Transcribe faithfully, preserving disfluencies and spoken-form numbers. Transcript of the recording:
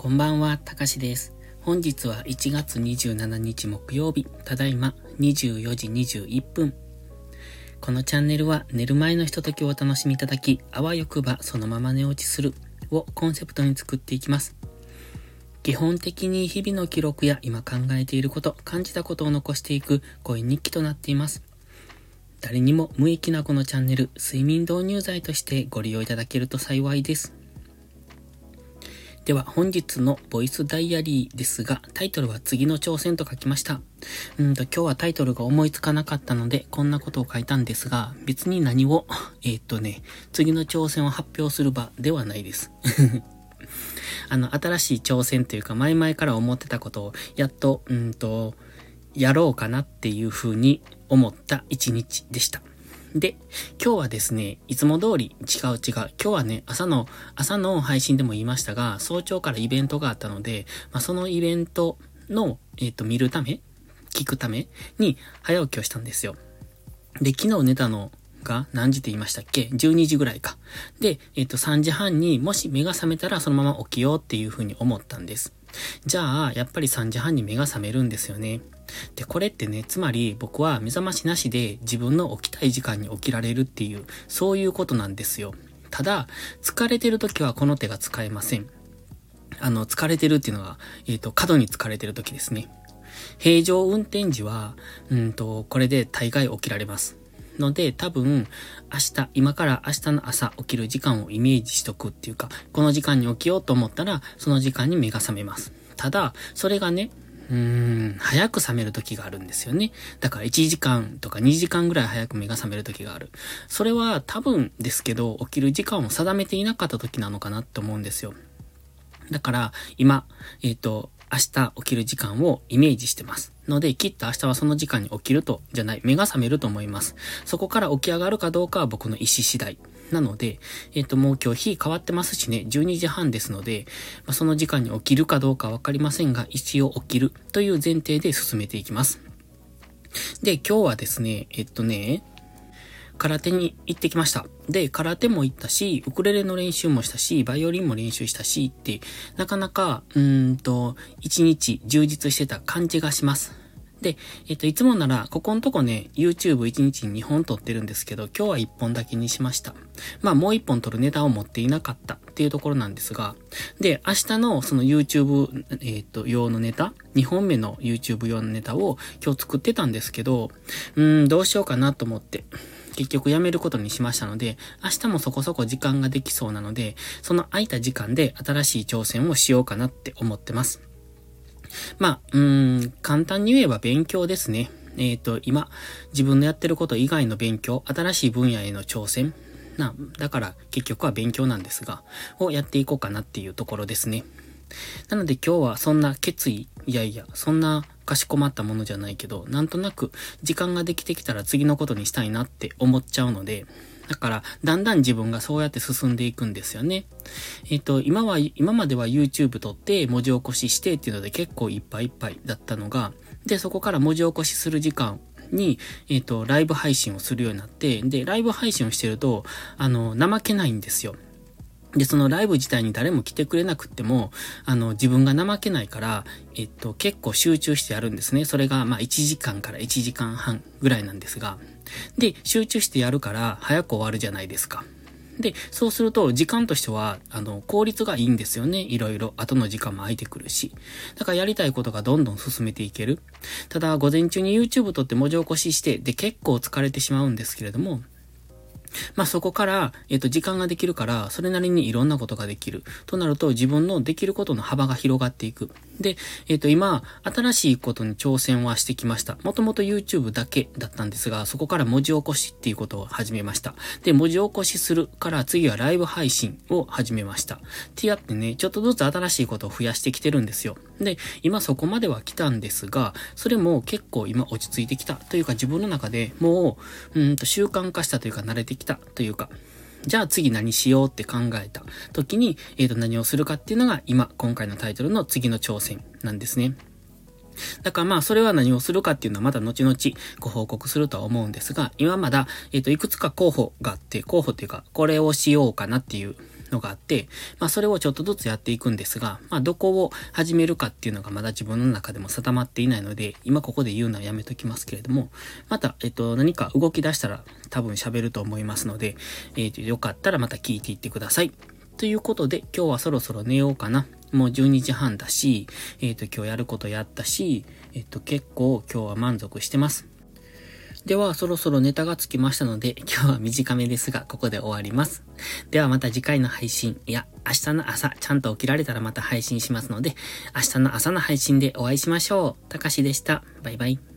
こんばんは、たかしです。本日はいちがつにじゅうしちにち木曜日、ただいまにじゅうよじにじゅういっぷん。このチャンネルは寝る前のひとときをお楽しみいただき、あわよくばそのまま寝落ちするをコンセプトに作っていきます。基本的に日々の記録や今考えていること、感じたことを残していく声日記となっています。誰にも無益なこのチャンネル、睡眠導入剤としてご利用いただけると幸いです。では本日のボイスダイアリーですが、タイトルは次の挑戦と書きました。うんと今日はタイトルが思いつかなかったのでこんなことを書いたんですが、別に何をえー、っとね次の挑戦を発表する場ではないです。あの新しい挑戦というか、前々から思ってたことをやっとうんとやろうかなっていう風に思った一日でした。で、今日はですね、いつも通り違う違う。今日はね、朝の、朝の配信でも言いましたが、早朝からイベントがあったので、まあ、そのイベントの、えっと、見るため、聞くために早起きをしたんですよ。で、昨日寝たのが何時って言いましたっけ ?じゅうにじぐらいか。で、えっと、さんじはんにもし目が覚めたらそのまま起きようっていう風に思ったんです。じゃあ、やっぱりさんじはんに目が覚めるんですよね。で、これってね、つまり僕は目覚ましなしで自分の起きたい時間に起きられるっていう、そういうことなんですよ。ただ、疲れてる時はこの手が使えません。あの、疲れてるっていうのは、えっと、過度に疲れてる時ですね。平常運転時は、うんと、これで大概起きられます。ので、多分、明日、今から明日の朝起きる時間をイメージしとくっていうか、この時間に起きようと思ったら、その時間に目が覚めます。ただ、それがね、うーん、早く覚める時があるんですよね。だからいちじかんとかにじかんぐらい早く目が覚める時がある。それは多分ですけど、起きる時間を定めていなかった時なのかなって思うんですよ。だから、今、えっと、明日起きる時間をイメージしてます。ので、きっと明日はその時間に起きると、じゃない、目が覚めると思います。そこから起き上がるかどうかは僕の意思次第。なので、えっと、もう今日日変わってますしね、じゅうにじはんですので、まあ、その時間に起きるかどうかわかりませんが、一応起きるという前提で進めていきます。で、今日はですね、えっとね、空手に行ってきました。で、空手も行ったし、ウクレレの練習もしたし、バイオリンも練習したしって、なかなか、うーんと、一日充実してた感じがします。で、えっと、いつもなら、ここのとこね、YouTube いちにちににほん撮ってるんですけど、今日はいっぽんだけにしました。まあ、もういっぽん撮るネタを持っていなかったっていうところなんですが、で、明日のその YouTube、えっと、用のネタ、にほんめの YouTube 用のネタを今日作ってたんですけど、うーん、どうしようかなと思って、結局やめることにしましたので、明日もそこそこ時間ができそうなので、その空いた時間で新しい挑戦をしようかなって思ってます。まあ、うーん、簡単に言えば勉強ですね。えっと、今、自分のやってること以外の勉強、新しい分野への挑戦。な、だから結局は勉強なんですが、をやっていこうかなっていうところですね。なので今日はそんな決意、いやいや、そんなかしこまったものじゃないけど、なんとなく時間ができてきたら次のことにしたいなって思っちゃうので、だからだんだん自分がそうやって進んでいくんですよね。えっと、今は、今までは YouTube 撮って文字起こししてっていうので結構いっぱいいっぱいだったのが、で、そこから文字起こしする時間に、えっと、ライブ配信をするようになって、で、ライブ配信をしてると、あの、怠けないんですよ。で、そのライブ自体に誰も来てくれなくっても、あの、自分が怠けないから、えっと、結構集中してやるんですね。それが、まあ、いちじかんからいちじかんはんぐらいなんですが。で、集中してやるから、早く終わるじゃないですか。で、そうすると、時間としては、あの、効率がいいんですよね。いろいろ。後の時間も空いてくるし。だからやりたいことがどんどん進めていける。ただ、午前中に YouTube 撮って文字起こしして、で、結構疲れてしまうんですけれども、まあそこから、えっと、時間ができるから、それなりにいろんなことができる。となると、自分のできることの幅が広がっていく。で、えっと、今、新しいことに挑戦はしてきました。もともと YouTube だけだったんですが、そこから文字起こしっていうことを始めました。で、文字起こしするから次はライブ配信を始めました。ってやってね、ちょっとずつ新しいことを増やしてきてるんですよ。で、今そこまでは来たんですが、それも結構今落ち着いてきたというか、自分の中でもう、うんと習慣化したというか慣れてきたというか、じゃあ次何しようって考えた時に、えっと何をするかっていうのが今、今回のタイトルの次の挑戦なんですね。だからまあそれは何をするかっていうのはまた後々ご報告するとは思うんですが、今まだ、えっといくつか候補があって、候補っていうか、これをしようかなっていうのがあって、まあそれをちょっとずつやっていくんですが、まあどこを始めるかっていうのがまだ自分の中でも定まっていないので、今ここで言うのはやめときますけれども、また、えっと、何か動き出したら多分喋ると思いますので、えっと、よかったらまた聞いていってください。ということで、今日はそろそろ寝ようかな。もうじゅうにじはんだし、えっと、今日やることやったし、えっと、結構今日は満足してます。では、そろそろネタがつきましたので、今日は短めですが、ここで終わります。ではまた次回の配信、いや、明日の朝、ちゃんと起きられたらまた配信しますので、明日の朝の配信でお会いしましょう。たかしでした。バイバイ。